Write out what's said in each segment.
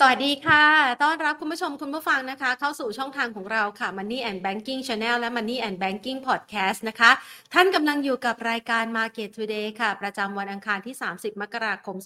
สวัสดีค่ะต้อนรับคุณผู้ชมคุณผู้ฟังนะคะเข้าสู่ช่องทางของเราค่ะ Money and Banking Channel และ Money and Banking Podcast นะคะท่านกำลังอยู่กับรายการ Market Today ค่ะประจำวันอังคารที่30มกราคม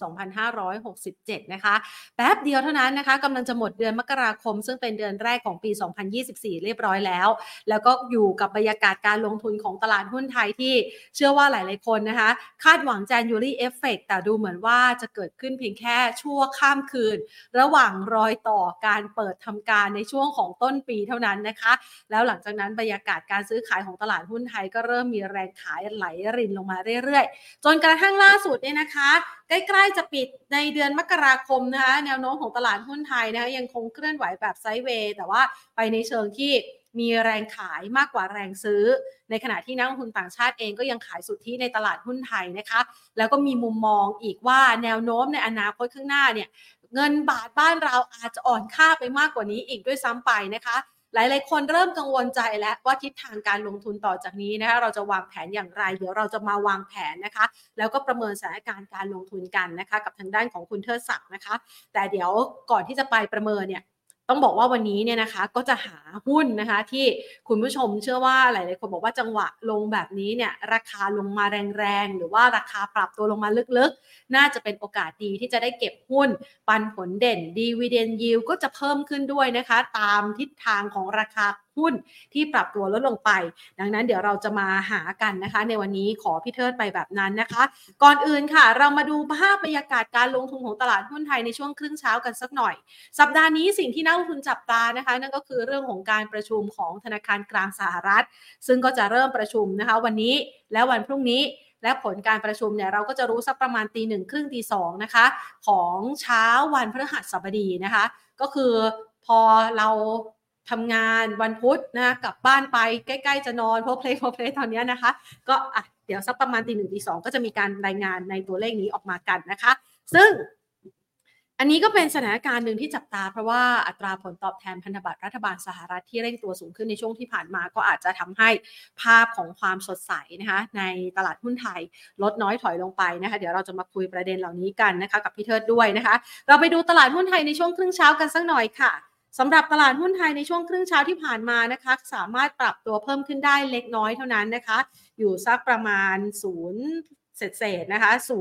2567นะคะแป๊บเดียวเท่านั้นนะคะกำลังจะหมดเดือนมกราคมซึ่งเป็นเดือนแรกของปี2024เรียบร้อยแล้วก็อยู่กับบรรยากาศการลงทุนของตลาดหุ้นไทยที่เชื่อว่าหลายๆคนนะคะคาดหวัง January Effect แต่ดูเหมือนว่าจะเกิดขึ้นเพียงแค่ชั่วข้ามคืนระหว่างรอยต่อการเปิดทำการในช่วงของต้นปีเท่านั้นนะคะแล้วหลังจากนั้นบรรยากาศการซื้อขายของตลาดหุ้นไทยก็เริ่มมีแรงขายไหลรินลงมาเรื่อยๆจนกระทั่งล่าสุดเนี่ยนะคะใกล้ๆจะปิดในเดือนมกราคมนะคะแนวโน้มของตลาดหุ้นไทยนะคะยังคงเคลื่อนไหวแบบไซด์เวย์แต่ว่าไปในเชิงที่มีแรงขายมากกว่าแรงซื้อในขณะที่นักลงทุนต่างชาติเองก็ยังขายสุทธิในตลาดหุ้นไทยนะคะแล้วก็มีมุมมองอีกว่าแนวโน้มในอนาคตข้างหน้าเนี่ยเงินบาทบ้านเราอาจจะอ่อนค่าไปมากกว่านี้อีกด้วยซ้ำไปนะคะหลายๆคนเริ่มกังวลใจแล้วว่าทิศทางการลงทุนต่อจากนี้นะคะเราจะวางแผนอย่างไรเดี๋ยวเราจะมาวางแผนนะคะแล้วก็ประเมินสถานการณ์การลงทุนกันนะคะกับทางด้านของคุณเทิดศักดิ์นะคะแต่เดี๋ยวก่อนที่จะไปประเมินเนี่ยต้องบอกว่าวันนี้เนี่ยนะคะก็จะหาหุ้นนะคะที่คุณผู้ชมเชื่อว่าหลายๆคนบอกว่าจังหวะลงแบบนี้เนี่ยราคาลงมาแรงๆหรือว่าราคาปรับตัวลงมาลึกๆน่าจะเป็นโอกาสดีที่จะได้เก็บหุ้นปันผลเด่น Dividend Yield ก็จะเพิ่มขึ้นด้วยนะคะตามทิศทางของราคาหุ้นที่ปรับตัวลดลงไปดังนั้นเดี๋ยวเราจะมาหากันนะคะในวันนี้ขอพี่เทิดไปแบบนั้นนะคะก่อนอื่นค่ะเรามาดูภาพบรรยากาศการลงทุนของตลาดหุ้นไทยในช่วงครึ่งเช้ากันสักหน่อยสัปดาห์นี้สิ่งที่นักลงทุนจับตานะคะนั่นก็คือเรื่องของการประชุมของธนาคารกลางสหรัฐซึ่งก็จะเริ่มประชุมนะคะวันนี้และวันพรุ่งนี้และผลการประชุมเนี่ยเราก็จะรู้สักประมาณ1:30 น. 2:00 น. นะคะของเช้าวันพฤหัสบดีนะคะก็คือพอเราทำงานวันพุธนะคะกลับบ้านไปใกล้ๆจะนอนโพลเพลตอนนี้นะคะก็เดี๋ยวสักประมาณ1:00 น. 2:00 น. ก็จะมีการรายงานในตัวเลขนี้ออกมากันนะคะซึ่งอันนี้ก็เป็นสถานการณ์หนึ่งที่จับตาเพราะว่าอัตราผลตอบแทนพันธบัตรรัฐบาลสหรัฐที่เร่งตัวสูงขึ้นในช่วงที่ผ่านมาก็อาจจะทำให้ภาพของความสดใสนะคะในตลาดหุ้นไทยลดน้อยถอยลงไปนะคะเดี๋ยวเราจะมาคุยประเด็นเหล่านี้กันนะคะกับพี่เทิดด้วยนะคะเราไปดูตลาดหุ้นไทยในช่วงครึ่งเช้ากันสักหน่อยค่ะสำหรับตลาดหุ้นไทยในช่วงครึ่งเช้าที่ผ่านมานะคะสามารถปรับตัวเพิ่มขึ้นได้เล็กน้อยเท่านั้นนะคะอยู่สักประมาณ0เศษๆนะคะ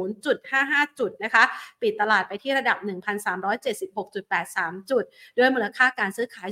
0.55 จุดนะคะปิดตลาดไปที่ระดับ 1,376.83 จุดด้วยมูลค่าการซื้อขาย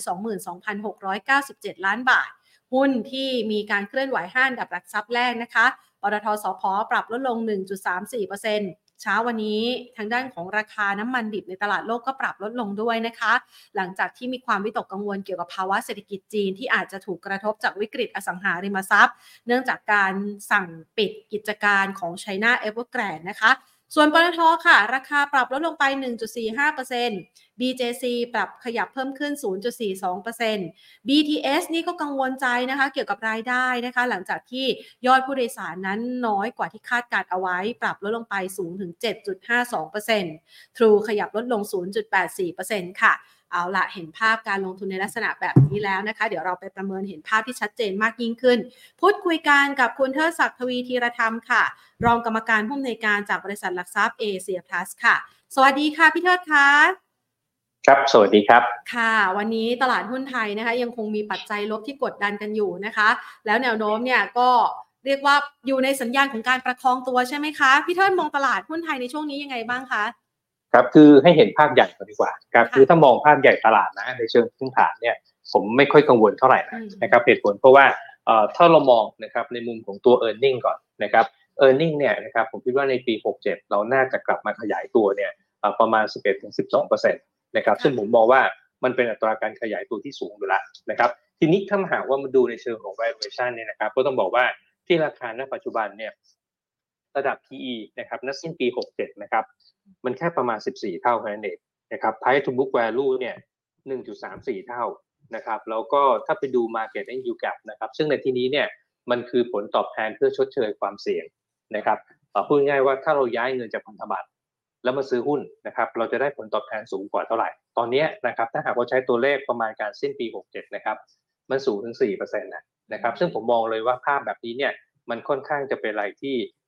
22,697 ล้านบาทหุ้นที่มีการเคลื่อนไหว5อันดับหลักทรัพย์แรกนะคะปตทสผปรับลดลง 1.34%เช้าวันนี้ทางด้านของราคาน้ำมันดิบในตลาดโลกก็ปรับลดลงด้วยนะคะหลังจากที่มีความวิตกกังวลเกี่ยวกับภาวะเศรษฐกิจจีนที่อาจจะถูกกระทบจากวิกฤตอสังหาริมทรัพย์เนื่องจากการสั่งปิดกิจการของ China Evergrande นะคะส่วนปตทค่ะราคาปรับลดลงไป 1.45% BJC ปรับขยับเพิ่มขึ้น 0.42% BTS นี่ก็กังวลใจนะคะเกี่ยวกับรายได้นะคะหลังจากที่ยอดผู้โดยสารนั้นน้อยกว่าที่คาดการเอาไว้ปรับลดลงไปสูงถึง 7.52% True ขยับลดลง 0.84% ค่ะเอาละเห็นภาพการลงทุนในลักษณะแบบนี้แล้วนะคะเดี๋ยวเราไปประเมินเห็นภาพที่ชัดเจนมากยิ่งขึ้นพูดคุยกันกับคุณเทิดศักดิ์ทวีธีรธรรมค่ะรองกรรมการผู้อำนวยการจากบริษัทหลักทรัพย์เอเชียพลัสค่ะสวัสดีค่ะพี่เทิดคะครับสวัสดีครับค่ะวันนี้ตลาดหุ้นไทยนะคะยังคงมีปัจจัยลบที่กดดันกันอยู่นะคะแล้วแนวโน้มเนี่ยก็เรียกว่าอยู่ในสัญญาณของการประคองตัวใช่ไหมคะพี่เทิดมองตลาดหุ้นไทยในช่วงนี้ยังไงบ้างคะครับคือให้เห็นภาพใหญ่ก่อนดีกว่าครับคือถ้ามองภาพใหญ่ตลาดนะในเชิงพื้นฐานเนี่ยผมไม่ค่อยกังวลเท่าไหร่นะครับเหตุผลเพราะว่าถ้าเรามองนะครับในมุมของตัว earning ก่อนนะครับ earning เนี่ยนะครับผมคิดว่าในปี67เราน่าจะกลับมาขยายตัวเนี่ยประมาณ 11-12% นะครับซึ่งผมมองว่ามันเป็นอัตราการขยายตัวที่สูงอยู่แล้วนะครับทีนี้ถ้าหากว่ามาดูในเชิงของ valuation เนี่ยนะครับก็ต้องบอกว่าที่ราคาณปัจจุบันเนี่ยระดับ PE นะครับณสิ้นปี67นะครับมันแค่ประมาณ14เท่าแค่นั้นเองนะครับ Price to book value เนี่ย 1.34 เท่านะครับแล้วก็ถ้าไปดู market yield gap นะครับซึ่งในที่นี้เนี่ยมันคือผลตอบแทนเพื่อชดเชยความเสี่ยงนะครับพูดง่ายๆว่าถ้าเราย้ายเงินจากพันธบัตรแล้วมาซื้อหุ้นนะครับเราจะได้ผลตอบแทนสูงกว่าเท่าไหร่ตอนนี้นะครับถ้าหากว่าใช้ตัวเลขประมาณการสิ้นปี67นะครับมันสูงถึง 4% นะครับซึ่งผมมองเลยว่าภาพแบบนี้เนี่ยมันค่อนข้างจะเป็นอะไรที่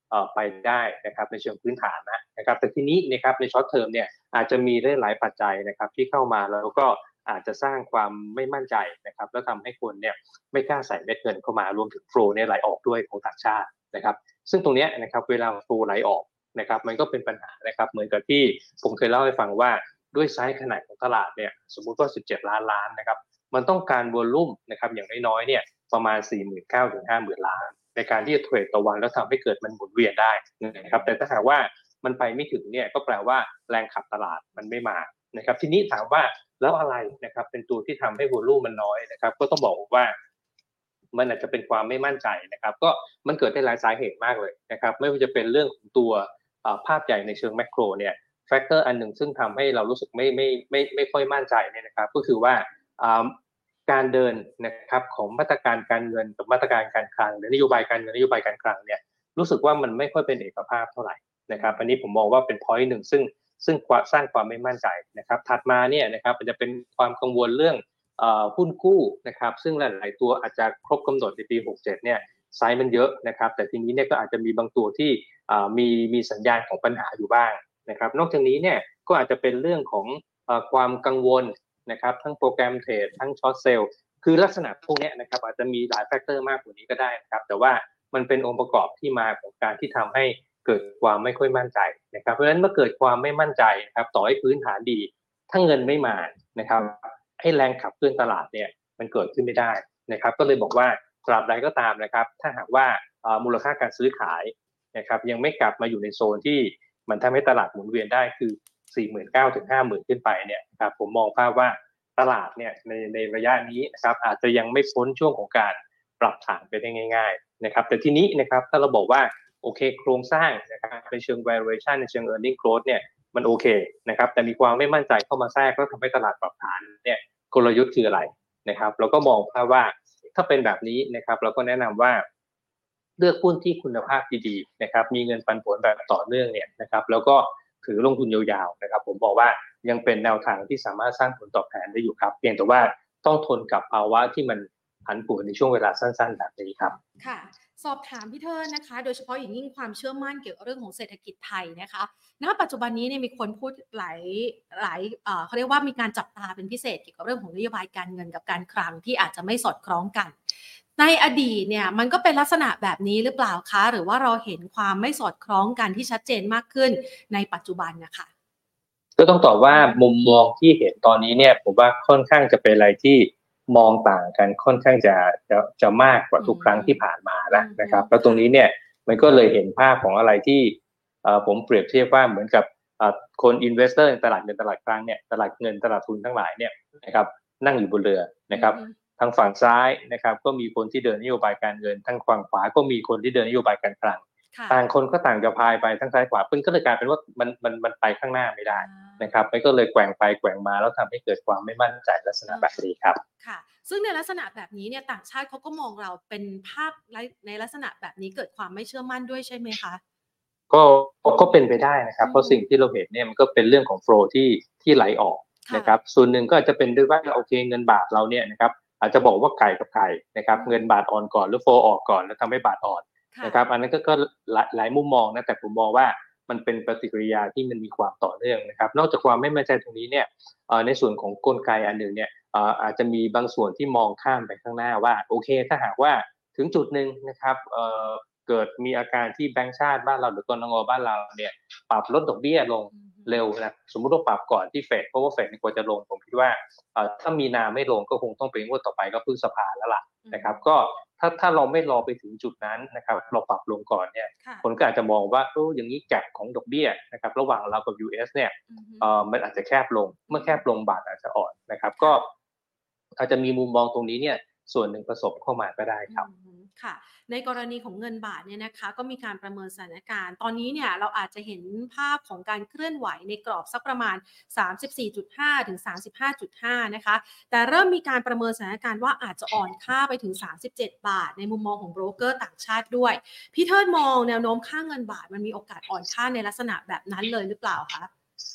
ไปได้นะครับในเชิงพื้นฐานนะครับแต่ทีนี้นะครับในช็อตเทอมเนี่ยอาจจะมีหลายปัจจัยนะครับที่เข้ามาแล้วก็อาจจะสร้างความไม่มั่นใจนะครับแล้วทำให้คนเนี่ยไม่กล้าใส่เม็ดเงินเข้ามารวมถึงโฟลเนี่ยไหลออกด้วยของต่างชาตินะครับซึ่งตรงนี้นะครับเวลาโฟลไหลออกนะครับมันก็เป็นปัญหานะครับเหมือนกับที่ผมเคยเล่าให้ฟังว่าด้วยไซส์ขนาดของตลาดเนี่ยสมมุติว่า17 ล้านล้านนะครับมันต้องการวอลลุ่มนะครับอย่างน้อยๆเนี่ยประมาณ 49,000 ถึง 50,000 ล้านในการที่จะเทรดต่อวันแล้วทำให้เกิดมันหมุนเวียนได้นะครับแต่ถ้าหากว่ามันไปไม่ถึงเนี่ยก็แปลว่าแรงขับตลาดมันไม่มานะครับทีนี้ถามว่าแล้วอะไรนะครับเป็นตัวที่ทำให้วอลลุ่มมันน้อยนะครับก็ต้องบอกว่ามันอาจจะเป็นความไม่มั่นใจนะครับก็มันเกิดได้หลายสาเหตุมากเลยนะครับไม่ว่าจะเป็นเรื่องของตัวภาพใหญ่ในเชิงแมกโรเนี่ยแฟกเตอร์อันหนึ่งซึ่งทำให้เรารู้สึกไม่ค่อยมั่นใจเนี่ยนะครับก็คือว่าการเดินนะครับของมาตรการการเงินกับมาตรการการคลังหรือนโยบายการเงินนโยบายการคลังเนี่ยรู้สึกว่ามันไม่ค่อยเป็นเอกภาพเท่าไหร่นะครับอันนี้ผมมองว่าเป็น point หนึ่งซึ่งสร้างความไม่มั่นใจนะครับถัดมาเนี่ยนะครับมันจะเป็นความกังวลเรื่องหุ้นกู้นะครับซึ่งหลายๆตัวอาจจะครบกำหนดในปี67เนี่ยไซส์มันเยอะนะครับแต่ทีนี้เนี่ยก็อาจจะมีบางตัวที่มีสัญญาณของปัญหาอยู่บ้างนะครับนอกจากนี้เนี่ยก็อาจจะเป็นเรื่องของความกังวลนะครับทั้งโปรแกรมเทรดทั้งช็อตเซลล์คือลักษณะพวกนี้นะครับอาจจะมีหลายแฟกเตอร์มากกว่านี้ก็ได้นะครับแต่ว่ามันเป็นองค์ประกอบที่มาของการที่ทำให้เกิดความไม่ค่อยมั่นใจนะครับเพราะฉะนั้นเมื่อเกิดความไม่มั่นใจนะครับต่อให้พื้นฐานดีถ้าเงินไม่มานะครับให้แรงขับเคลื่อนตลาดเนี่ยมันเกิดขึ้นไม่ได้นะครับก็เลยบอกว่าตราบใดก็ตามนะครับถ้าหากว่ามูลค่าการซื้อขายนะครับยังไม่กลับมาอยู่ในโซนที่มันทำให้ตลาดหมุนเวียนได้คือ 49,000 ถึง 50,000 ขึ้นไปเนี่ยครับผมมองภาพว่าตลาดเนี่ยในระยะนี้นะครับอาจจะยังไม่พ้นช่วงของการปรับฐานไปได้ง่ายๆนะครับแต่ทีนี้นะครับถ้าเราบอกว่าโอเคโครงสร้างนะครับในเชิง valuation ในเชิง earning growth เนี่ยมันโอเคนะครับแต่มีความไม่มั่นใจเข้ามาแทรกแล้วทำให้ตลาดปรับฐานเนี่ยกลยุทธ์คืออะไรนะครับเราก็มองภาพว่าถ้าเป็นแบบนี้นะครับเราก็แนะนำว่าเลือกหุ้นที่คุณภาพดีๆนะครับมีเงินปันผลแบบต่อเนื่องเนี่ยนะครับแล้วก็ถือลงทุนยาวๆนะครับผมบอกว่ายังเป็นแนวทางที่สามารถสร้างผลตอบแทนได้อยู่ครับเพียงแต่ว่าต้องทนกับภาวะที่มันผันผวนในช่วงเวลาสั้นๆแบบนี้ครับค่ะสอบถามพี่เทิดนะคะโดยเฉพาะอย่างยิ่งความเชื่อมั่นเกี่ยวกับเรื่องของเศรษฐกิจไทยนะคะณปัจจุบันนี้เนี่ยมีคนพูดหลายเขาเรียกว่ามีการจับตาเป็นพิเศษเกี่ยวกับเรื่องของนโยบายการเงินกับการคลังที่อาจจะไม่สอดคล้องกันในอดีตเนี่ยมันก็เป็นลักษณะแบบนี้หรือเปล่าคะหรือว่าเราเห็นความไม่สอดคล้องกันที่ชัดเจนมากขึ้นในปัจจุบันนะคะก็ต้องตอบว่ามุมมองที่เห็นตอนนี้เนี่ยผมว่าค่อนข้างจะเป็นอะไรที่มองต่างกันค่อนข้างจะมากกว่าทุกครั้งที่ผ่านมาแล้วนะครับแล้วตรงนี้เนี่ยมันก็เลยเห็นภาพของอะไรที่ผมเปรียบเทียบว่าเหมือนกับคนอินเวสเตอร์ในตลาดเงินตลาดกลางเนี่ยตลาดเงินตลาดทุนทั้งหลายเนี่ยนะครับนั่งอยู่บนเรือนะครับทางฝั่งซ้ายนะครับก็มีคนที่เดินนโยบายการเงินทางฝั่งขวาก็มีคนที่เดินนโยบายการคลังต่างคนก็ต่างจะพายไปทั้งซ้ายขวาเพิ่งก็เลยกลายเป็นว่ามันไปข้างหน้าไม่ได้นะครับมันก็เลยแกว่งไปแกว่งมาแล้วทำให้เกิดความไม่มั่นใจลักษณะแบบนี้ครับค่ะซึ่งในลักษณะแบบนี้เนี่ยต่างชาติเขาก็มองเราเป็นภาพในลักษณะแบบนี้เกิดความไม่เชื่อมั่นด้วยใช่ไหมคะก็เป็นไปได้นะครับเพราะสิ่งที่เราเห็นเนี่ยมันก็เป็นเรื่องของโฟลที่ไหลออกนะครับส่วนหนึ่งก็อาจจะเป็นด้วยว่าโอเคเงินบาทเราเนี่ยนะครับอาจจะบอกว่าไก่กับไข่นะครับเงินบาทอ่อนก่อนหรือโฟลออกก่อนแล้วทำให้บาทอ่อนนะครับอันนั้นก็หลายมุมมองนะแต่ผมมองว่ามันเป็นปฏิกิริยาที่มันมีความต่อเนื่องนะครับนอกจากความไม่มั่นใจตรงนี้เนี่ยในส่วนของกลไกอันหนึ่งเนี่ยอาจจะมีบางส่วนที่มองข้ามไปข้างหน้าว่าโอเคถ้าหากว่าถึงจุดหนึ่งนะครับเกิดมีอาการที่แบงก์ชาติบ้านเราหรือกนง.บ้านเราเนี่ยปรับลดดอกเบี้ยลงเร็วนะสมมุติว่าปรับก่อนที่เฟดเพราะว่าเฟดกว่าจะลงผมคิดว่าถ้ามีนาไม่ลงก็คงต้องเป็นงวดต่อไปก็พฤษภาแล้วล่ะนะครับก็ถ้าเราไม่รอไปถึงจุดนั้นนะครับเราปรับลงก่อนเนี่ยคนก็อาจจะมองว่าอย่างนี้แก็บของดอกเบี้ยนะครับระหว่างเรากับ US เนี่ยมันอาจจะแคบลงเมื่อแคบลงบาทอาจจะอ่อนนะครับก็อาจจะมีมุมมองตรงนี้เนี่ยส่วนหนึ่งผสมเข้ามาก็ได้ครับค่ะในกรณีของเงินบาทเนี่ยนะคะก็มีการประเมินสถานการณ์ตอนนี้เนี่ยเราอาจจะเห็นภาพของการเคลื่อนไหวในกรอบสักประมาณ 34.5 ถึง 35.5 นะคะแต่เริ่มมีการประเมินสถานการณ์ว่าอาจจะอ่อนค่าไปถึง37 บาทในมุมมองของโบรกเกอร์ต่างชาติด้วยพี่เทิดมองแนวโน้มค่าเงินบาทมันมีโอกาสอ่อนค่าในลักษณะแบบนั้นเลยหรือเปล่าคะ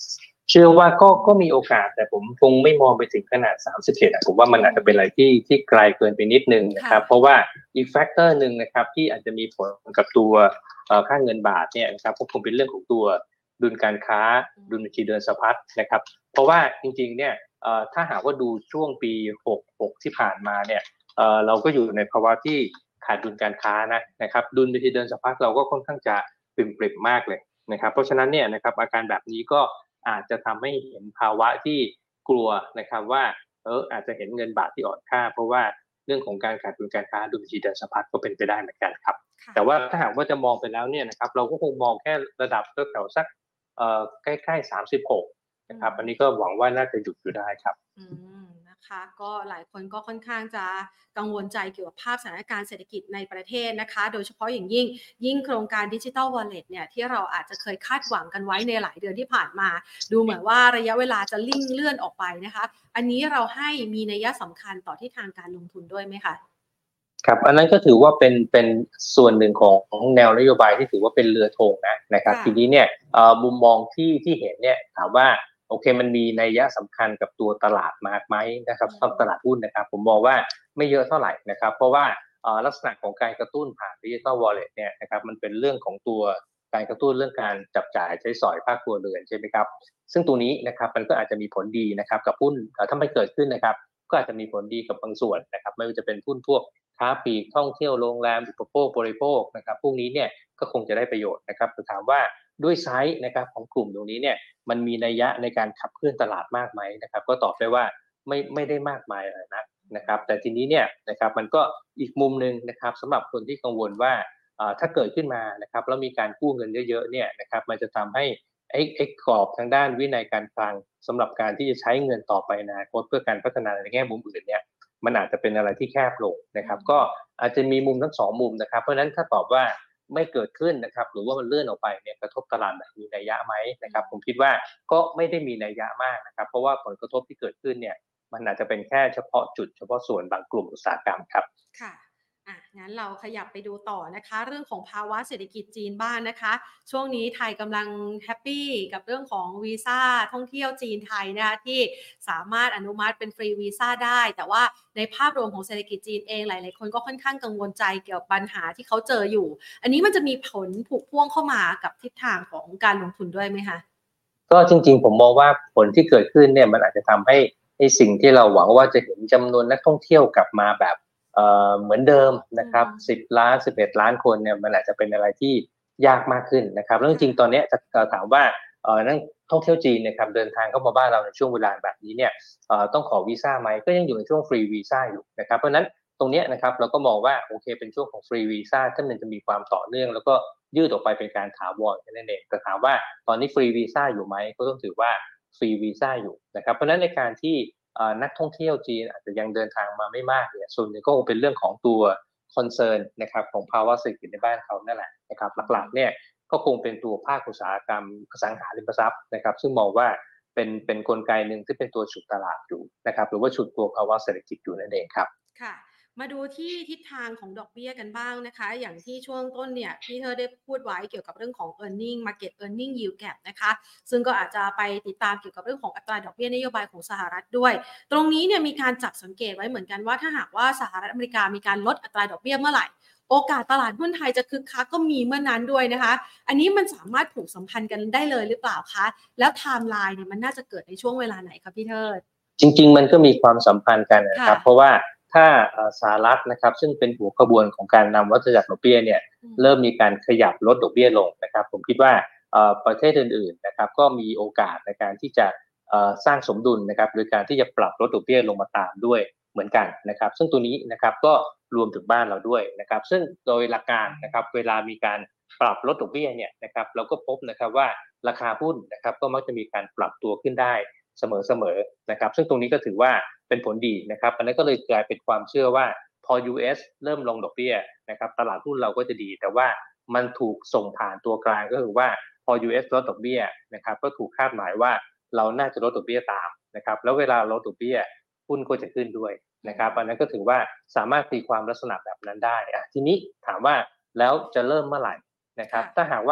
เชื่อว่าก็มีโอกาสแต่ผมคงไม่มองไปถึงขนาด31ผมว่ามันอาจจะเป็นอะไรที่ไกลเกินไปนิดนึงนะครับเพราะว่าอีกแฟกเตอร์หนึ่งนะครับที่อาจจะมีผลกับตัวค่าเงินบาทเนี่ยนะครับก็คงเป็นเรื่องของตัวดุลการค้าดุลบัญชีเดินสะพัดนะครับเพราะว่าจริงๆเนี่ยถ้าหากว่าดูช่วงปี66ที่ผ่านมาเนี่ยเราก็อยู่ในภาวะที่ขาดดุลการค้านะครับดุลบัญชีเดินสะพัดเราก็ค่อนข้างจะปริ่มๆมากเลยนะครับเพราะฉะนั้นเนี่ยนะครับอาการแบบนี้ก็อาจจะทำให้เห็นภาวะที่กลัวนะครับว่าอาจจะเห็นเงินบาทที่อ่อนค่าเพราะว่าเรื่องของการขาดดุลการค้าดุลบัญชีเดินสะพัดก็เป็นไปได้เหมือนกันครับแต่ว่าถ้าหากว่าจะมองไปแล้วเนี่ยนะครับเราก็คงมองแค่ระดับแถวๆสักใกล้ๆ36นะครับอันนี้ก็หวังว่าน่าจะหยุดอยู่ได้ครับนะคะก็หลายคนก็ค่อนข้างจะกังวลใจเกี่ยวกับภาพสถานการณ์เศรษฐกิจในประเทศนะคะโดยเฉพาะอย่างยิ่งโครงการ Digital Wallet เนี่ยที่เราอาจจะเคยคาดหวังกันไว้ในหลายเดือนที่ผ่านมาดูเหมือนว่าระยะเวลาจะเลื่อนออกไปนะคะอันนี้เราให้มีนัยสำคัญต่อทิศทางการลงทุนด้วยไหมคะครับอันนั้นก็ถือว่าเป็นส่วนหนึ่งของแนวนโยบายที่ถือว่าเป็นเรือธงนะครับทีนี้เนี่ยมุมมองที่เห็นเนี่ยถามว่าโอเคมันมีนัยสำคัญกับตัวตลาดมากไหมนะครับตลาดหุ้นนะครับผมมองว่าไม่เยอะเท่าไหร่นะครับเพราะว่าลักษณะของการกระตุ้นผ่าน Digital Wallet เนี่ยนะครับมันเป็นเรื่องของตัวการกระตุ้นเรื่องการจับจ่ายใช้สอยภาคครัวเรือนใช่ไหมครับซึ่งตัวนี้นะครับมันก็อาจจะมีผลดีนะครับกับหุ้นถ้าไม่เกิดขึ้นนะครับก็อาจจะมีผลดีกับบางส่วนนะครับไม่ว่าจะเป็นหุ้นพวกค้าปลีกท่องเที่ยวโรงแรมอุปโภคบริโภคนะครับพวกนี้เนี่ยก็คงจะได้ประโยชน์นะครับแต่ถามว่าด้วยไซส์นะครับของกลุ่มตรงนี้เนี่ยมันมีนัยยะในการขับเคลื่อนตลาดมากไหมนะครับก็ตอบได้ว่าไม่ได้มากมายอะไรนะครับแต่ทีนี้เนี่ยนะครับมันก็อีกมุมหนึ่งนะครับสำหรับคนที่กังวลว่าถ้าเกิดขึ้นมานะครับแล้วมีการกู้เงินเยอะๆเนี่ยนะครับมันจะทำให้กรอบทางด้านวินัยการคลังสำหรับการที่จะใช้เงินต่อไปในอนาคตเพื่อการพัฒนาในแง่มุมอื่นเนี่ยมันอาจจะเป็นอะไรที่แคบลงนะครับก็อาจจะมีมุมทั้ง2มุมนะครับเพราะฉะนั้นถ้าตอบว่าไม่เกิดขึ้นนะครับหรือว่ามันเลื่อนออกไปเนี่ยกระทบตลาดแบบมีนัยยะไหมนะครับผมคิดว่าก็ไม่ได้มีนัยยะมากนะครับเพราะว่าผลกระทบที่เกิดขึ้นเนี่ยมันอาจจะเป็นแค่เฉพาะจุดเฉพาะส่วนบางกลุ่มอุตสาหกรรมครับค่ะงั้นเราขยับไปดูต่อนะคะเรื่องของภาวะเศรษฐกิจจีนบ้างนะคะช่วงนี้ไทยกำลังแฮปปี้กับเรื่องของวีซ่าท่องเที่ยวจีนไทยนะคะที่สามารถอนุมัติเป็นฟรีวีซ่าได้แต่ว่าในภาพรวมของเศรษฐกิจจีนเองหลายๆคนก็ค่อนข้างกังวลใจเกี่ยวกับปัญหาที่เขาเจออยู่อันนี้มันจะมีผลผูกพ่วงเข้ามากับทิศทางของการลงทุนด้วยไหมคะก็จริงๆผมมองว่าผลที่เกิดขึ้นเนี่ยมันอาจจะทำให้สิ่งที่เราหวังว่าจะเห็นจำนวนนักท่องเที่ยวกลับมาแบบเหมือนเดิมนะครับ10 ล้าน11 ล้านคนเนี่ยมันอาจจะเป็นอะไรที่ยากมากขึ้นนะครับแล้วจริงๆตอนนี้จะถามว่านักท่องเที่ยวจีนนะครับเดินทางเข้ามาบ้านเราในช่วงเวลาแบบนี้เนี่ยต้องขอวีซ่าไหมก็ยังอยู่ในช่วงฟรีวีซ่าอยู่นะครับเพราะฉะนั้นตรงนี้นะครับเราก็มองว่าโอเคเป็นช่วงของฟรีวีซ่าที่มันจะมีความต่อเนื่องแล้วก็ยืดออกไปเป็นการถาวรแค่นั้นเองแต่ถามว่าตอนนี้ฟรีวีซ่าอยู่ไหมก็ต้องถือว่าฟรีวีซ่าอยู่นะครับเพราะฉะนั้นในการที่นักท่องเที่ยวจีนอาจจะยังเดินทางมาไม่มากเนี่ยส่วนหนึ่งก็คงเป็นเรื่องของตัวคอนเซิร์นนะครับของภาวะเศรษฐกิจในบ้านเขานั่นแหละนะครับหลักๆเนี่ยก็คงเป็นตัวภาคอุตสาหกรรมอสังหาริมทรัพย์นะครับซึ่งมองว่าเป็นกลไกหนึ่งที่เป็นตัวฉุดตลาดอยู่นะครับหรือว่าฉุดตัวภาวะเศรษฐกิจอยู่นั่นเองครับค่ะมาดูที่ทิศทางของดอกเบี้ยกันบ้างนะคะอย่างที่ช่วงต้นเนี่ยพี่เธอได้พูดไว้เกี่ยวกับเรื่องของ Market Earning Yield Gap นะคะซึ่งก็อาจจะไปติดตามเกี่ยวกับเรื่องของอัตราดอกเบี้ยนโยบายของสหรัฐด้วยตรงนี้เนี่ยมีการจับสังเกตไว้เหมือนกันว่าถ้าหากว่าสหรัฐอเมริกามีการลดอัตราดอกเบี้ยเมื่อไหร่โอกาสตลาดหุ้นไทยจะคึกคักก็มีเมื่อนั้นด้วยนะคะอันนี้มันสามารถผูกสัมพันธ์กันได้เลยหรือเปล่าคะแล้วไทม์ไลน์เนี่ยมันน่าจะเกิดในช่วงเวลาไหนคะพี่เทิดจริงๆมันก็มีความสัมพันธ์กันนะครับเพราะว่าถ้าสหรัฐนะครับซึ่งเป็นหัวขบวนของการนำวัฏจักรดอกเบี้ยเนี่ยเริ่มมีการขยับลดดอกเบี้ยลงนะครับผมคิดว่าประเทศอื่นๆนะครับก็มีโอกาสในการที่จะสร้างสมดุลนะครับโดยการที่จะปรับลดดอกเบี้ยลงมาตามด้วยเหมือนกันนะครับซึ่งตัวนี้นะครับก็รวมถึงบ้านเราด้วยนะครับซึ่งโดยหลักการนะครับเวลามีการปรับลดดอกเบี้ยเนี่ยนะครับเราก็พบนะครับว่าราคาหุ้นนะครับก็มักจะมีการปรับตัวขึ้นได้เสมอๆนะครับซึ่งตรงนี้ก็ถือว่าเป็นผลดีนะครับอันนั้นก็เลยกลายเป็นความเชื่อว่าพอ US เริ่มลงดอกเบี้ยนะครับตลาดหุ้นเราก็จะดีแต่ว่ามันถูกส่งผ่านตัวกลางก็คือว่าพอ US ลดดอกเบี้ยนะครับก็ถูกคาดหมายว่าเราน่าจะลดดอกเบี้ยตามนะครับแล้วเวลาลดดอกเบี้ยหุ้นก็จะขึ้นด้วยนะครับอันนั้นก็ถือว่าสามารถตีความลักษณะแบบนั้นได้ทีนี้ถามว่าแล้วจะเริ่มเมื่อไหร่นะครับถ้าหากว่า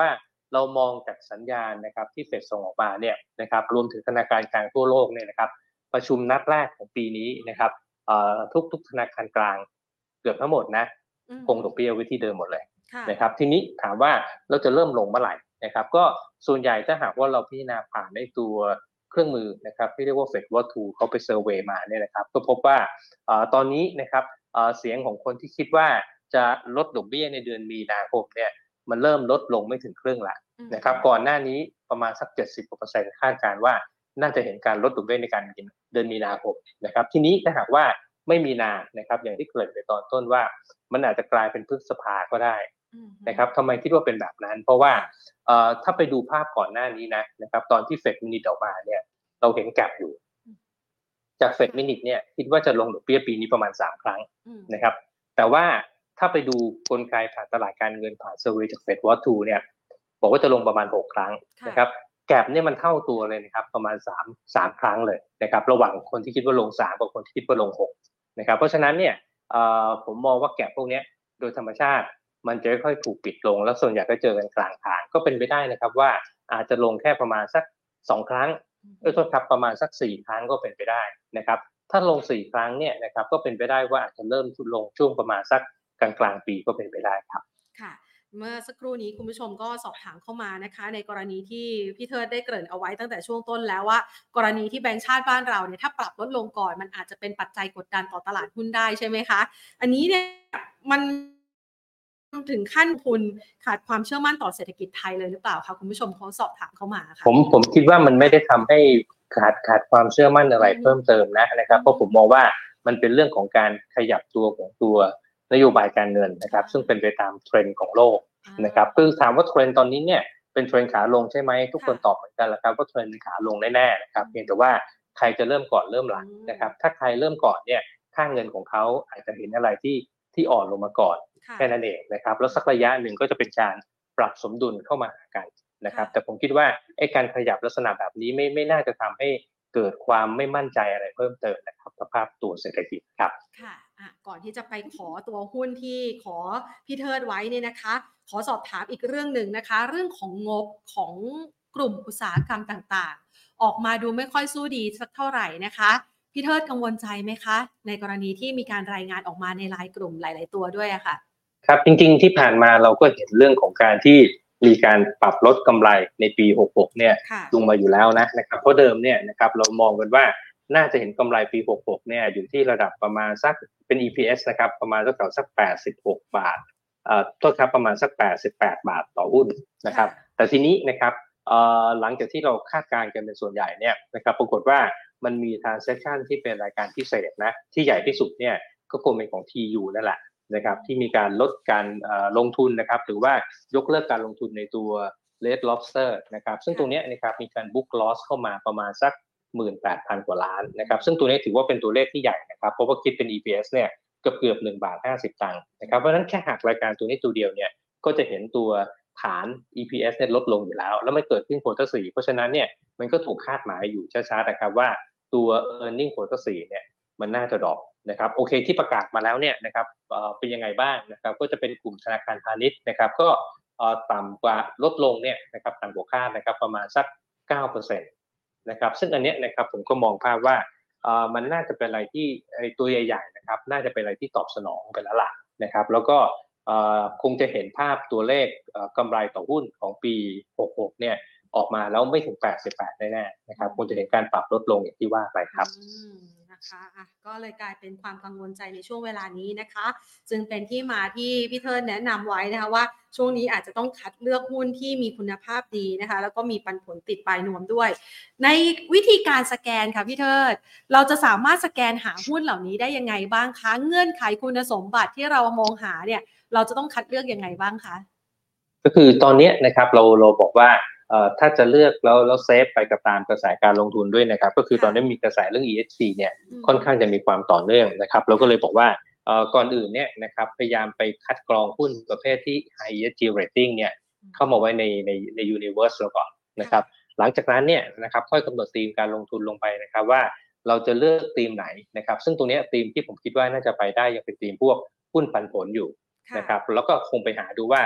เรามองจากสัญญาณนะครับที่เฟดส่งออกมาเนี่ยนะครับรวมถึงธนาคารกลางทั่วโลกเนี่ยนะครับประชุมนัดแรกของปีนี้นะครับทุกธนาคารกลางเกือบทั้งหมดนะคงดอกเบี้ยไว้ที่เดิมหมดเลยนะครับทีนี้ถามว่าเราจะเริ่มลงเมื่อไหร่นะครับก็ส่วนใหญ่ถ้าหากว่าเราพิจารณาผ่านในตัวเครื่องมือนะครับที่เรียกว่า Fed Watch Tool เขาไปเซอร์เวย์มาเนี่ยนะครับก็พบว่าตอนนี้นะครับเสียงของคนที่คิดว่าจะลดดอกเบี้ยในเดือนมีนาคมเนี่ยมันเริ่มลดลงไม่ถึงครึ่งละนะครับก่อนหน้านี้ประมาณสัก 70% คาดการณ์ว่าน่าจะเห็นการลดดอกเบี้ยในการเดือนมีนาคมนะครับทีนี้ถ้าหากว่าไม่มีนานะครับอย่างที่เกริ่นไปตอนต้นว่ามันอาจจะกลายเป็นพฤษภาก็ได้นะครับทำไมคิดว่าเป็นแบบนั้นเพราะว่าถ้าไปดูภาพก่อนหน้านี้นะครับตอนที่เฟดมินิทออกมาเนี่ยเราเห็นแกปอยู่จากเฟดมินิทเนี่ยคิดว่าจะลงดอกเบี้ยปีนี้ประมาณ3ครั้งนะครับแต่ว่าถ้าไปดูกลไกผ่านตลาดการเงินผ่านเซอร์เวย์จาก Fed Watch Tool เนี่ยบอกว่าจะลงประมาณ6ครั้งนะครับแกปเนี่ยมันเท่าตัวเลยนะครับประมาณ3ครั้งเลยนะครับระหว่างคนที่คิดว่าลง3กับคนที่คิดว่าลง6นะครับเพราะฉะนั้นเนี่ยผมมองว่าแกปพวกนี้โดยธรรมชาติมันจะค่อยๆถูกปิดลงแล้วส่วนใหญ่ก็เจอกันกลางทางก็เป็นไปได้นะครับว่าอาจจะลงแค่ประมาณสัก2ครั้งโทษครับประมาณสัก4ครั้งก็เป็นไปได้นะครับถ้าลง4ครั้งเนี่ยนะครับก็เป็นไปได้ว่าอาจจะเริ่มลงช่วงประมาณสักกลางปีก็เป็นไปได้ครับค่ะเมื่อสักครู่นี้คุณผู้ชมก็สอบถามเข้ามานะคะในกรณีที่พี่เทิดได้เกริ่นเอาไว้ตั้งแต่ช่วงต้นแล้วว่ากรณีที่แบงก์ชาติบ้านเราเนี่ยถ้าปรับลดลงก่อนมันอาจจะเป็นปัจจัยกดดันต่อตลาดหุ้นได้ใช่ไหมคะอันนี้เนี่ยมันถึงขั้นคุณขาดความเชื่อมั่นต่อเศรษฐกิจไทยเลยหรือเปล่าคะคุณผู้ชมเขาสอบถามเข้ามาค่ะผมคิดว่ามันไม่ได้ทำให้ขาดความเชื่อมั่นอะไรเพิ่มเติมนะครับเพราะผมมองว่ามันเป็นเรื่องของการขยับตัวของตัวนโยบายการเงินนะครับซึ่งเป็นไปตามเทรนด์ของโลกนะครับคือถามว่าเทรนด์ตอนนี้เนี่ยเป็นเทรนด์ขาลงใช่ไหมทุกคนตอบเหมือนกันแล้วครับว่าเทรนด์ขาลงแน่ๆนะครับเพียงแต่ว่าใครจะเริ่มก่อนเริ่มหลังนะครับถ้าใครเริ่มก่อนเนี่ยค่าเงินของเขาอาจจะเห็นอะไรที่อ่อนลงมาก่อนแค่นั้นเองนะครับแล้วสักระยะหนึ่งก็จะเป็นการปรับสมดุลเข้ามาหากันนะครับแต่ผมคิดว่าไอ้การขยับลักษณะแบบนี้ไม่น่าจะทำให้เกิดความไม่มั่นใจอะไรเพิ่มเติมนะครับสภาพตัวเศรษฐกิจครับค่ะก่อนที่จะไปขอตัวหุ้นที่ขอพี่เทิดไว้เนี่ยนะคะขอสอบถามอีกเรื่องหนึ่งนะคะเรื่องของงบของกลุ่มอุตสาหกรรมต่างๆออกมาดูไม่ค่อยสู้ดีสักเท่าไหร่นะคะพี่เทิดกังวลใจไหมคะในกรณีที่มีการรายงานออกมาในรายกลุ่มหลายๆตัวด้วยอะค่ะครับจริงๆที่ผ่านมาเราก็เห็นเรื่องของการที่มีการปรับลดกำไรในปี66เนี่ยลงมาอยู่แล้วนะครับเพราะเดิมเนี่ยนะครับเรามองกันว่าน่าจะเห็นกำไรปี66เนี่ยอยู่ที่ระดับประมาณสักเป็น EPS นะครับประมาณสัก86บาทโทษครับประมาณสัก88บาทต่อหุ้นนะครับแต่ทีนี้นะครับหลังจากที่เราคาดการณ์กันเป็นส่วนใหญ่เนี่ยนะครับปรากฏว่ามันมี transaction ที่เป็นรายการพิเศษนะที่ใหญ่ที่สุดเนี่ยก็คงเป็นของ TU นั่นแหละนะครับที่มีการลดการลงทุนนะครับหรือว่ายกเลิกการลงทุนในตัว Red Lobster นะครับซึ่งตรงนี้นะครับมีการ book loss เข้ามาประมาณสัก 18,000 กว่าล้านนะครับซึ่งตัวนี้ถือว่าเป็นตัวเลขที่ใหญ่นะครับเพราะว่าคิดเป็น EPS เนี่ยเกือบ1.50 บาทนะครับเพราะฉะนั้นแค่หักรายการตัวนี้ตัวเดียวเนี่ยก็จะเห็นตัวฐาน EPS เนี่ยลดลงอยู่แล้วมันเกิดขึ้น Quarter 4เพราะฉะนั้นเนี่ยมันก็ถูกคาดหมายอยู่ช้าๆนะครับว่าตัว earning Quarter 4เนี่ยมันน่าจะดรอปนะครับโอเคที่ประกาศมาแล้วเนี่ยนะครับเป็นยังไงบ้างนะครับก็จะเป็นกลุ่มธนาคารพาณิชย์นะครับก็ต่ำกว่าลดลงเนี่ยนะครับต่ำกว่าคาดนะครับประมาณสัก 9% นะครับซึ่งอันเนี้ยนะครับผมก็มองภาพว่ามันน่าจะเป็นอะไรที่ตัวใหญ่ๆนะครับน่าจะเป็นอะไรที่ตอบสนองไปแล้วล่ะนะครับแล้วก็คงจะเห็นภาพตัวเลขกำไรต่อหุ้นของปี66เนี่ยออกมาแล้วไม่ถึง88แน่ๆนะครับคงจะเห็นการปรับลดลงอย่างที่ว่าไปครับนะคะก็เลยกลายเป็นความกังวลใจในช่วงเวลานี้นะคะจึงเป็นที่มาที่พี่เทิดแนะนำไว้นะคะว่าช่วงนี้อาจจะต้องคัดเลือกหุ้นที่มีคุณภาพดีนะคะแล้วก็มีปันผลติดปลายนวมด้วยในวิธีการสแกนค่ะพี่เทิดเราจะสามารถสแกนหาหุ้นเหล่านี้ได้ยังไงบ้างคะเงื่อนไขคุณสมบัติที่เรามองหาเนี่ยเราจะต้องคัดเลือกยังไงบ้างคะก็คือตอนนี้นะครับเราบอกว่าถ้าจะเลือกแล้วเซฟไปกับตามกระแสการลงทุนด้วยนะครับก็คือตอนนี้มีกระแสเรื่อง ESG เนี่ยค่อนข้างจะมีความต่อเนื่องนะครับเราก็เลยบอกว่าก่อนอื่นเนี่ยนะครับพยายามไปคัดกรองหุ้นประเภทที่ high ESG rating เนี่ยเข้ามาไว้ใน universe เราก่อนนะครับหลังจากนั้นเนี่ยนะครับค่อยกำหนดธีมการลงทุนลงไปนะครับว่าเราจะเลือกธีมไหนนะครับซึ่งตรงนี้ธีมที่ผมคิดว่าน่าจะไปได้ยังเป็นธีมพวกหุ้นปันผลอยู่นะครับแล้วก็คงไปหาดูว่า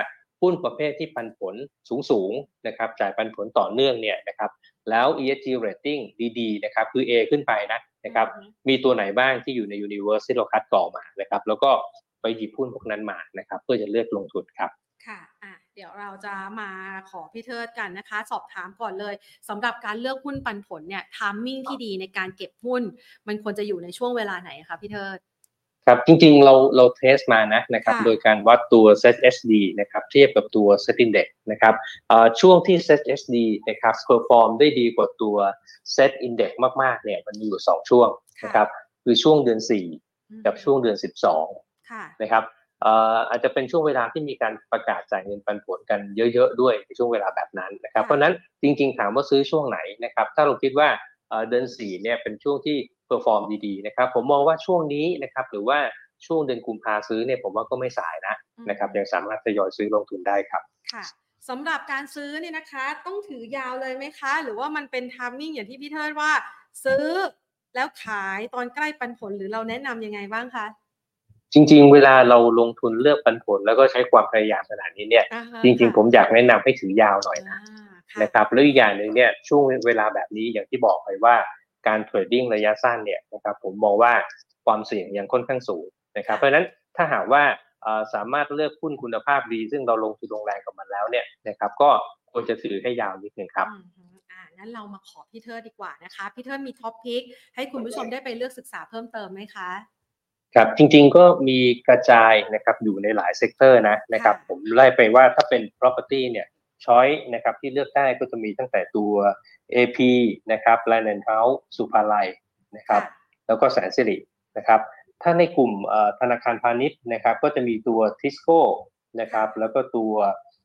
หุ้นประเภทที่ปันผลสูงๆนะครับจ่ายปันผลต่อเนื่องเนี่ยนะครับแล้ว ESG rating ดีๆนะครับคือ A ขึ้นไปนะครับมีตัวไหนบ้างที่อยู่ใน universe ที่เราคัดกรองมานะครับแล้วก็ไปหยิบหุ้นพวกนั้นมานะครับเพื่อจะเลือกลงทุนครับค่ะเดี๋ยวเราจะมาขอพี่เทิดกันนะคะสอบถามก่อนเลยสำหรับการเลือกหุ้นปันผลเนี่ยไทมิ่งที่ดีในการเก็บหุ้นมันควรจะอยู่ในช่วงเวลาไหนคะพี่เทิดครับจริงๆเราเทสมานะครับโดยการวัดตัว ZHD นะครับเทียบกับตัว Set Index นะครับช่วงที่ ZHD นะครับ perform ได้ดีกว่าตัว Set Index มากๆเนี่ยมันมีอยู่2ช่วงนะครับคือช่วงเดือน4กับช่วงเดือน12นะครับอาจจะเป็นช่วงเวลาที่มีการประกาศจ่ายเงินปันผลกันเยอะๆด้วยในช่วงเวลาแบบนั้นนะครับเพราะนั้นจริงๆถามว่าซื้อช่วงไหนนะครับถ้าเราคิดว่าเดือน4เนี่ยเป็นช่วงที่เพอร์ฟอร์มดีๆนะครับผมมองว่าช่วงนี้นะครับหรือว่าช่วงเดือนกุมภาซื้อเนี่ยผมว่าก็ไม่สายนะครับยังสามารถทยอยซื้อลงทุนได้ครับค่ะสำหรับการซื้อเนี่ยนะคะต้องถือยาวเลยไหมคะหรือว่ามันเป็นไทมิ่งอย่างที่พี่เทิดว่าซื้อแล้วขายตอนใกล้ปันผลหรือเราแนะนำยังไงบ้างคะจริงๆเวลาเราลงทุนเลือกปันผลแล้วก็ใช้ความพยายามขนาดนี้เนี่ยจริงๆผมอยากแนะนำให้ถือยาวหน่อยนะครับแล้วอีกอย่างหนึ่งเนี่ยช่วงเวลาแบบนี้อย่างที่บอกไปว่าการเทรดดิ้งระยะสั้นเนี่ยนะครับผมมองว่าความเสี่ยงยังค่อนข้างสูงนะครับเพราะฉะนั้นถ้าหากว่าสามารถเลือกหุ้นคุณภาพดีซึ่งเราลงทุนลงแรงกับมันแล้วเนี่ยนะครับก็ควรจะถือให้ยาวนิดนึงครับงั้นเรามาขอพี่เทิดดีกว่านะคะพี่เทิดมีท็อปพิกให้คุณผู้ชมได้ไปเลือกศึกษาเพิ่มเติมไหมคะครับจริงๆก็มีกระจายนะครับอยู่ในหลายเซกเตอร์นะครับผมไล่ไปว่าถ้าเป็น property เนี่ยช้อยนะครับที่เลือกได้ก็จะมีตั้งแต่ตัว AP นะครับ Land and House สุภาลัยนะครับแล้วก็แสนสิรินะครับถ้าในกลุ่มธนาคารพาณิชย์นะครับก็จะมีตัว Tisco นะครับแล้วก็ตัว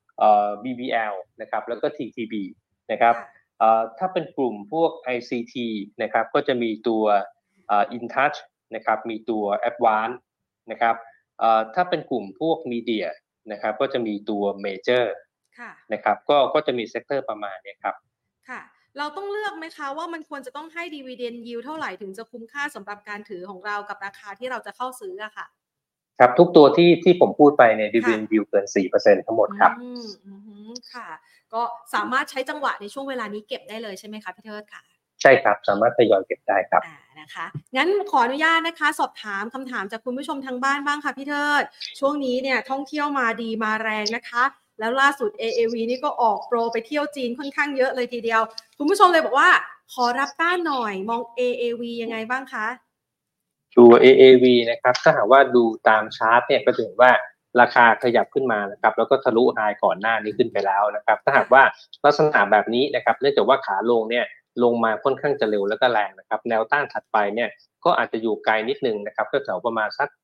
BBL นะครับแล้วก็ TTB นะครับถ้าเป็นกลุ่มพวก ICT นะครับก็จะมีตัวInTouch นะครับมีตัว Advance นะครับถ้าเป็นกลุ่มพวกมีเดียนะครับก็จะมีตัว Major นะครับก็จะมีเซกเตอร์ประมาณนี้ครับค่ะเราต้องเลือกไหมคะว่ามันควรจะต้องให้ Dividend Yield เท่าไหร่ถึงจะคุ้มค่าสำหรับการถือของเรากับราคาที่เราจะเข้าซื้ออะค่ะครับทุกตัวที่ผมพูดไปเนี่ย Dividend Yield เกิน 4% ทั้งหมดครับค่ะก็สามารถใช้จังหวะในช่วงเวลานี้เก็บได้เลยใช่ไหมคะพี่เทิดค่ะใช่ครับสามารถทยอยเก็บได้ครับนะคะงั้นขออนุญาตนะคะสอบถามคำถามจากคุณผู้ชมทางบ้านบ้างค่ะพี่เทิดช่วงนี้เนี่ยท่องเที่ยวมาดีมาแรงนะคะแล้วล่าสุด AAV นี่ก็ออกโปรไปเที่ยวจีนค่อนข้างเยอะเลยทีเดียวคุณผู้ชมเลยบอกว่าขอรับต้านหน่อยมอง AAV ยังไงบ้างคะตัว AAV นะครับถ้าหากว่าดูตามชาร์ตเนี่ยก็จะเห็นว่าราคาขยับขึ้นมานะครับแล้วก็ทะลุไฮก่อนหน้านี้ขึ้นไปแล้วนะครับถ้าหากว่าลักษณะแบบนี้นะครับเนื่องจากว่าขาลงเนี่ยลงมาค่อนข้างจะเร็วแล้วก็แรงนะครับแนวต้านถัดไปเนี่ยก็อาจจะอยู่ไกลนิดนึงนะครับก็แถวประมาณสัก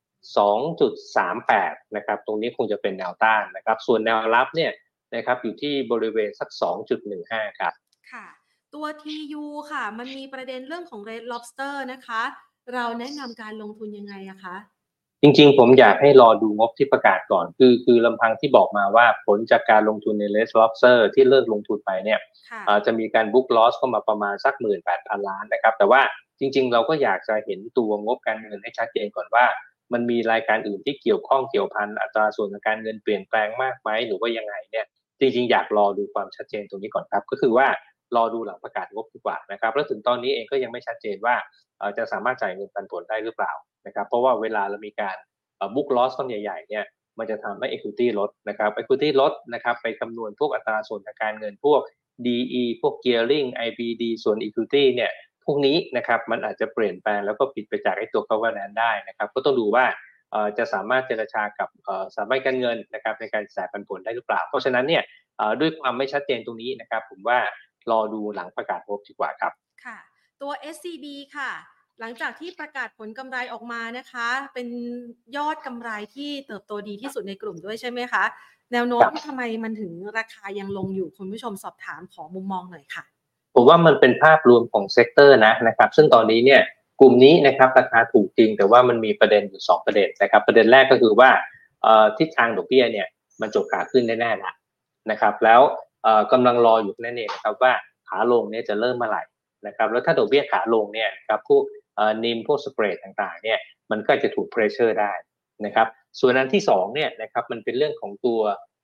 2.38 นะครับตรงนี้คงจะเป็นแนวต้านนะครับส่วนแนวรับเนี่ยนะครับอยู่ที่บริเวณสัก 2.15 ครับค่ะตัว TU ค่ะมันมีประเด็นเรื่องของ Red Lobster นะคะเราแนะนำการลงทุนยังไงอะคะจริงๆผมอยากให้รอดูงบที่ประกาศก่อนคือลำพังที่บอกมาว่าผลจากการลงทุนใน Red Lobster ที่เลิกลงทุนไปเนี่ยจะมีการ book loss เข้ามาประมาณสัก 18,000 ล้านนะครับแต่ว่าจริงๆเราก็อยากจะเห็นตัวงบการเงินให้ชัดเจนก่อนว่ามันมีรายการอื่นที่เกี่ยวข้องเกี่ยวพันอัตราส่วนทางการเงินเปลี่ยนแปลงมากไหมหรือว่ายังไงเนี่ยจริงๆอยากรอดูความชัดเจนตรงนี้ก่อนครับก็คือว่ารอดูหลังประกาศงบดีกว่านะครับแล้วถึงตอนนี้เองก็ยังไม่ชัดเจนว่าจะสามารถจ่ายเงินปันผลได้หรือเปล่านะครับเพราะว่าเวลาเรามีการbook loss ก้อนใหญ่ๆเนี่ยมันจะทำให้ equity ลดนะครับ equity ลดนะครับไปคำนวณพวกอัตราส่วนทางการเงินพวก DE พวก gearing IBD ส่วน equity เนี่ยพวกนี้นะครับมันอาจจะเปลี่ยนแปลงแล้วก็ผิดไปจากไอ้ตัว governance ได้นะครับก็ต้องดูว่าจะสามารถเจรจากับสถาบันการเงินนะครับในการจ่ายปันผลได้หรือเปล่าเพราะฉะนั้นเนี่ยด้วยความไม่ชัดเจนตรงนี้นะครับผมว่ารอดูหลังประกาศงบดีกว่าครับค่ะตัว SCB ค่ะหลังจากที่ประกาศผลกำไรออกมานะคะเป็นยอดกำไรที่เติบโตดีที่สุดในกลุ่มด้วยใช่ไหมคะแนวโน้มทำไมมันถึงราคายังลงอยู่คุณผู้ชมสอบถามขอมุมมองหน่อยค่ะผมว่ามันเป็นภาพรวมของเซกเตอร์นะครับซึ่งตอนนี้เนี่ยกลุ่มนี้นะครับราคาถูกจริงแต่ว่ามันมีประเด็นอยู่2ประเด็นนะครับประเด็นแรกก็คือว่าทิศทางดอกเบี้ยเนี่ยมันจบขาขึ้นแน่ๆนะครับแล้วกำลังรออยู่นั่นเองนะครับว่าขาลงเนี่ยจะเริ่มเมื่อไหร่นะครับแล้วถ้าดอกเบี้ยขาลงเนี่ยครับพวกนิมพวกสเปรดต่างๆเนี่ยมันก็จะถูกเพรสเชอร์ได้นะครับส่วนอันที่2เนี่ยนะครับมันเป็นเรื่องของตัว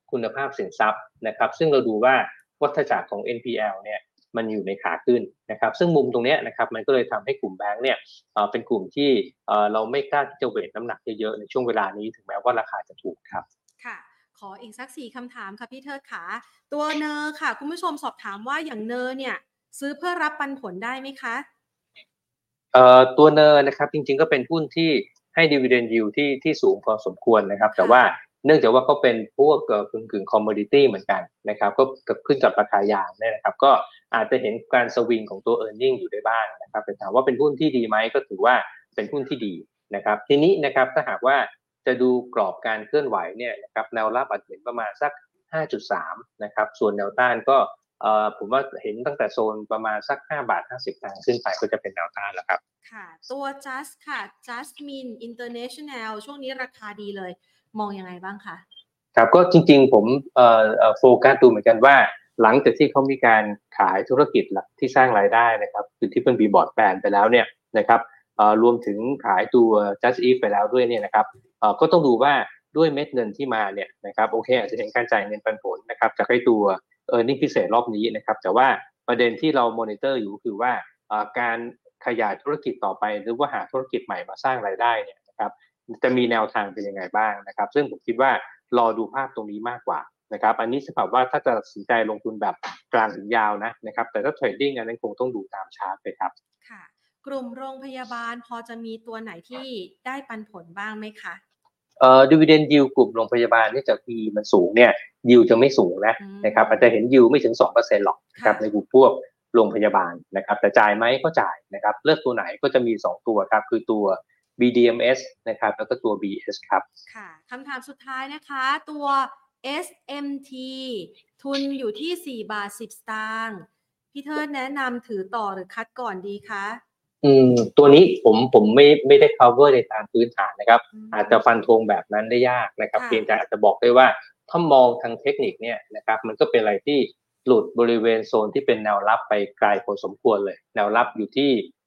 คุณภาพสินทรัพย์นะครับซึ่งเราดูว่าวัฏจักรของ NPL เนี่ยมันอยู่ในขาขึ้นนะครับซึ่งมุมตรงนี้นะครับมันก็เลยทำให้กลุ่มแบงก์เนี่ยเป็นกลุ่มที่เราไม่กล้าที่จะเวทน้ำหนักเยอะๆในช่วงเวลานี้ถึงแม้ว่าราคาจะถูกครับค่ะขออีกสัก4คำถามค่ะพี่เทิดขาตัวเนอค่ะคุณผู้ชมสอบถามว่าอย่างเนอเนี่ยซื้อเพื่อรับปันผลได้ไหมคะตัวเนอร์นะครับจริงๆก็เป็นหุ้นที่ให้ dividend yield ที่สูงพอสมควรนะครับแต่ว่าเนื่องจากว่าเขาเป็นพวกกึ่ง commodity เหมือนกันนะครับก็ขึ้นกับราคายางเนี่ยนะครับก็อาจจะเห็นการสวิงของตัว earning อยู่ได้บ้างนะครับแต่ถามว่าเป็นหุ้นที่ดีไหมก็ถือว่าเป็นหุ้นที่ดีนะครับทีนี้นะครับถ้าหากว่าจะดูกรอบการเคลื่อนไหวเนี่ยนะครับแนวรับอาจจะเห็นประมาณสัก 5.3 นะครับส่วนแนวต้านก็ผมว่าเห็นตั้งแต่โซนประมาณสัก5.50 บาทขึ้นไปก็จะเป็นแนวต้านแล้วครับค่ะตัว Just ค่ะ Jasmine International ช่วงนี้ราคาดีเลยมองยังไงบ้างคะครับก็จริงๆผมโฟกัสดูเหมือนกันว่าหลังจากที่เขามีการขายธุรกิจหลักที่สร้างรายได้นะครับคือที่เป็นบีบอร์ดแบนไปแล้วเนี่ยนะครับรวมถึงขายตัว Just Eat ไปแล้วด้วยเนี่ยนะครับก็ต้องดูว่าด้วยเม็ดเงินที่มาเนี่ยนะครับโอเคอาจจะเห็นการจ่ายเงินปันผลนะครับจากไอ้ตัวearning พิเศษรอบนี้นะครับแต่ว่าประเด็นที่เรามอนิเตอร์อยู่คือว่าการขยายธุรกิจต่อไปหรือว่าหาธุรกิจใหม่มาสร้างรายได้เนี่ยนะครับจะมีแนวทางเป็นยังไงบ้างนะครับซึ่งผมคิดว่ารอดูภาพตรงนี้มากกว่านะครับอันนี้สำหรับว่าถ้าจะตัดสินใจลงทุนแบบกลางถึงยาวนะครับแต่ถ้าเทรดดิ้งอันนั้นคงต้องดูตามชาร์ตไปครับค่ะกลุ่มโรงพยาบาลพอจะมีตัวไหนที่ได้ปันผลบ้างไหมคะ dividend yield กลุ่มโรงพยาบาลเนี่ยจาก PE มันสูงเนี่ย yield จะไม่สูงนะครับอาจจะเห็น yield ไม่ถึง 2% หรอกนะครับในกลุ่มพวกโรงพยาบาลนะครับแต่จ่ายไหมก็จ่ายนะครับเลือกตัวไหนก็จะมี2ตัวครับคือตัว BDMs นะครับแล้วก็ตัว BS ครับค่ะคำถามสุดท้ายนะคะตัว SMT ทุนอยู่ที่4.10 สตางค์พี่เทิดแนะนำถือต่อหรือคัดก่อนดีคะตัวนี้ผมไม่ได้ cover ในทางพื้นฐานนะครับอาจจะฟันธงแบบนั้นได้ยากนะครับเพียงแต่อาจจะบอกได้ว่าถ้ามองทางเทคนิคเนี่ยนะครับมันก็เป็นอะไรที่หลุดบริเวณโซนที่เป็นแนวรับไปไกลพอสมควรเลยแนวรับอยู่ที่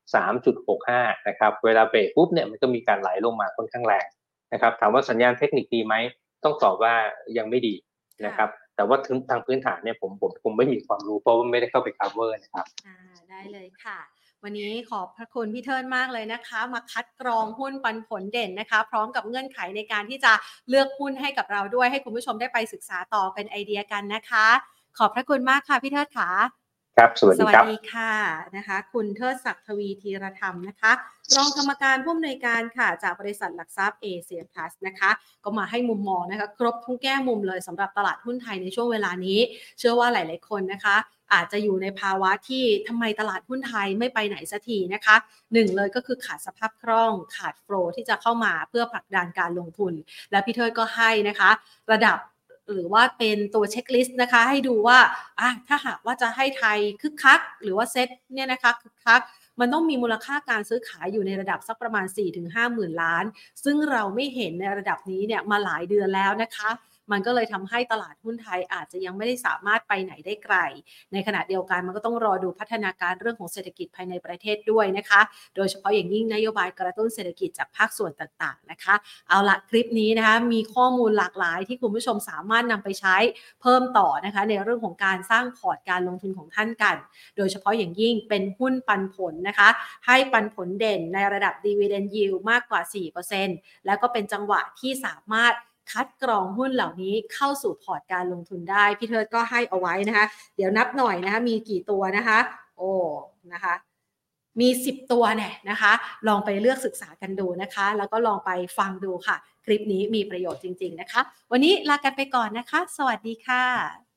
3.65 นะครับเวลาเบรกปุ๊บเนี่ยมันก็มีการไหลลงมาค่อนข้างแรงนะครับถามว่าสัญญาณเทคนิคดีไหมต้องตอบว่ายังไม่ดีนะครับแต่ว่าทางพื้นฐานเนี่ยผมไม่มีความรู้เพราะว่าไม่ได้เข้าไป cover นะครับได้เลยค่ะวันนี้ขอบพระคุณพี่เทิดมากเลยนะคะมาคัดกรองหุ้นปันผลเด่นนะคะพร้อมกับเงื่อนไขในการที่จะเลือกหุ้นให้กับเราด้วยให้คุณผู้ชมได้ไปศึกษาต่อเป็นไอเดียกันนะคะขอบพระคุณมากค่ะพี่เทิดค่ะครับสวัสดีครับสวัสดีค่ะนะคะคุณเทิดศักดิ์ทวีธีรธรรมนะคะรองกรรมการผู้อำนวยการค่ะจากบริษัทหลักทรัพย์เอเชียพลัสนะคะก็มาให้มุมมองนะคะครบทุกแง่มุมเลยสำหรับตลาดหุ้นไทยในช่วงเวลานี้เชื่อว่าหลายๆคนนะคะอาจจะอยู่ในภาวะที่ทำไมตลาดหุ้นไทยไม่ไปไหนสักทีนะคะหนึ่งเลยก็คือขาดสภาพคล่องขาดโฟลที่จะเข้ามาเพื่อผลักดันการลงทุนและพี่เทิดก็ให้นะคะระดับหรือว่าเป็นตัวเช็คลิสต์นะคะให้ดูว่าถ้าหากว่าจะให้ไทยคึกคักหรือว่าเซ็ตเนี่ยนะคะคึกคักมันต้องมีมูลค่าการซื้อขายอยู่ในระดับสักประมาณ 4-5 หมื่นล้านซึ่งเราไม่เห็นในระดับนี้เนี่ยมาหลายเดือนแล้วนะคะมันก็เลยทำให้ตลาดหุ้นไทยอาจจะยังไม่ได้สามารถไปไหนได้ไกลในขณะเดียวกันมันก็ต้องรอดูพัฒนาการเรื่องของเศรษฐกิจภายในประเทศด้วยนะคะโดยเฉพาะอย่างยิ่งนโยบายกระตุ้นเศรษฐกิจจากภาคส่วนต่างๆนะคะเอาละคลิปนี้นะคะมีข้อมูลหลากหลายที่คุณผู้ชมสามารถนำไปใช้เพิ่มต่อนะคะในเรื่องของการสร้างพอร์ตการลงทุนของท่านกันโดยเฉพาะอย่างยิ่งเป็นหุ้นปันผลนะคะให้ปันผลเด่นในระดับ Dividend Yield มากกว่า 4% แล้วก็เป็นจังหวะที่สามารถคัดกรองหุ้นเหล่านี้เข้าสู่พอร์ตการลงทุนได้พี่เทิดก็ให้เอาไว้นะคะเดี๋ยวนับหน่อยนะคะมีกี่ตัวนะคะนะคะมี10ตัวเนี่ยนะคะลองไปเลือกศึกษากันดูนะคะแล้วก็ลองไปฟังดูค่ะคลิปนี้มีประโยชน์จริงๆนะคะวันนี้ลากันไปก่อนนะคะสวัสดีค่ะ